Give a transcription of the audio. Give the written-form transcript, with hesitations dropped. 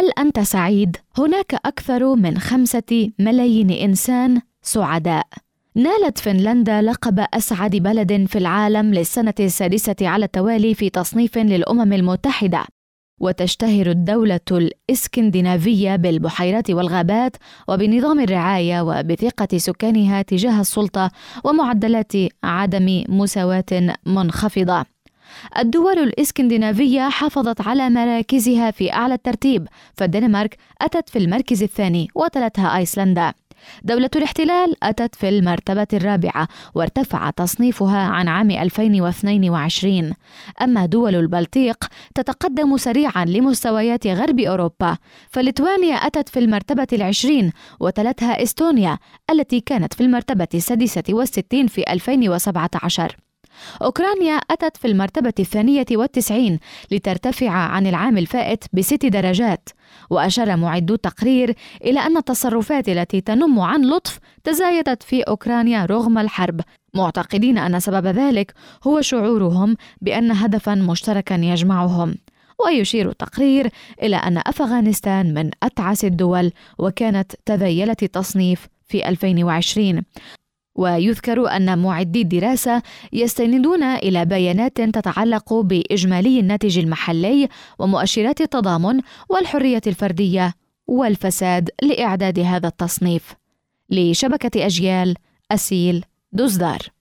هل أنت سعيد؟ هناك أكثر من 5 ملايين إنسان سعداء. نالت فنلندا لقب أسعد بلد في العالم للسنة السادسة على التوالي في تصنيف للأمم المتحدة، وتشتهر الدولة الإسكندنافية بالبحيرات والغابات وبنظام الرعاية وبثقة سكانها تجاه السلطة ومعدلات عدم مساواة منخفضة. الدول الإسكندنافية حافظت على مراكزها في أعلى الترتيب، فالدنمارك أتت في المركز الثاني وتلتها أيسلندا. دولة الاحتلال أتت في المرتبة الرابعة وارتفع تصنيفها عن عام 2022. أما دول البلطيق تتقدم سريعا لمستويات غرب أوروبا، فليتوانيا أتت في المرتبة 20 وتلتها إستونيا التي كانت في المرتبة 66 في 2017. أوكرانيا أتت في المرتبة 92 لترتفع عن العام الفائت ب6 درجات. وأشار معدو التقرير إلى أن التصرفات التي تنم عن لطف تزايدت في أوكرانيا رغم الحرب، معتقدين أن سبب ذلك هو شعورهم بأن هدفا مشتركا يجمعهم. ويشير التقرير إلى أن أفغانستان من أتعس الدول وكانت تذيلت التصنيف في 2020. ويذكر أن معدي الدراسة يستندون إلى بيانات تتعلق بإجمالي الناتج المحلي ومؤشرات التضامن والحرية الفردية والفساد لإعداد هذا التصنيف. لشبكة أجيال، أسيل دوزدار.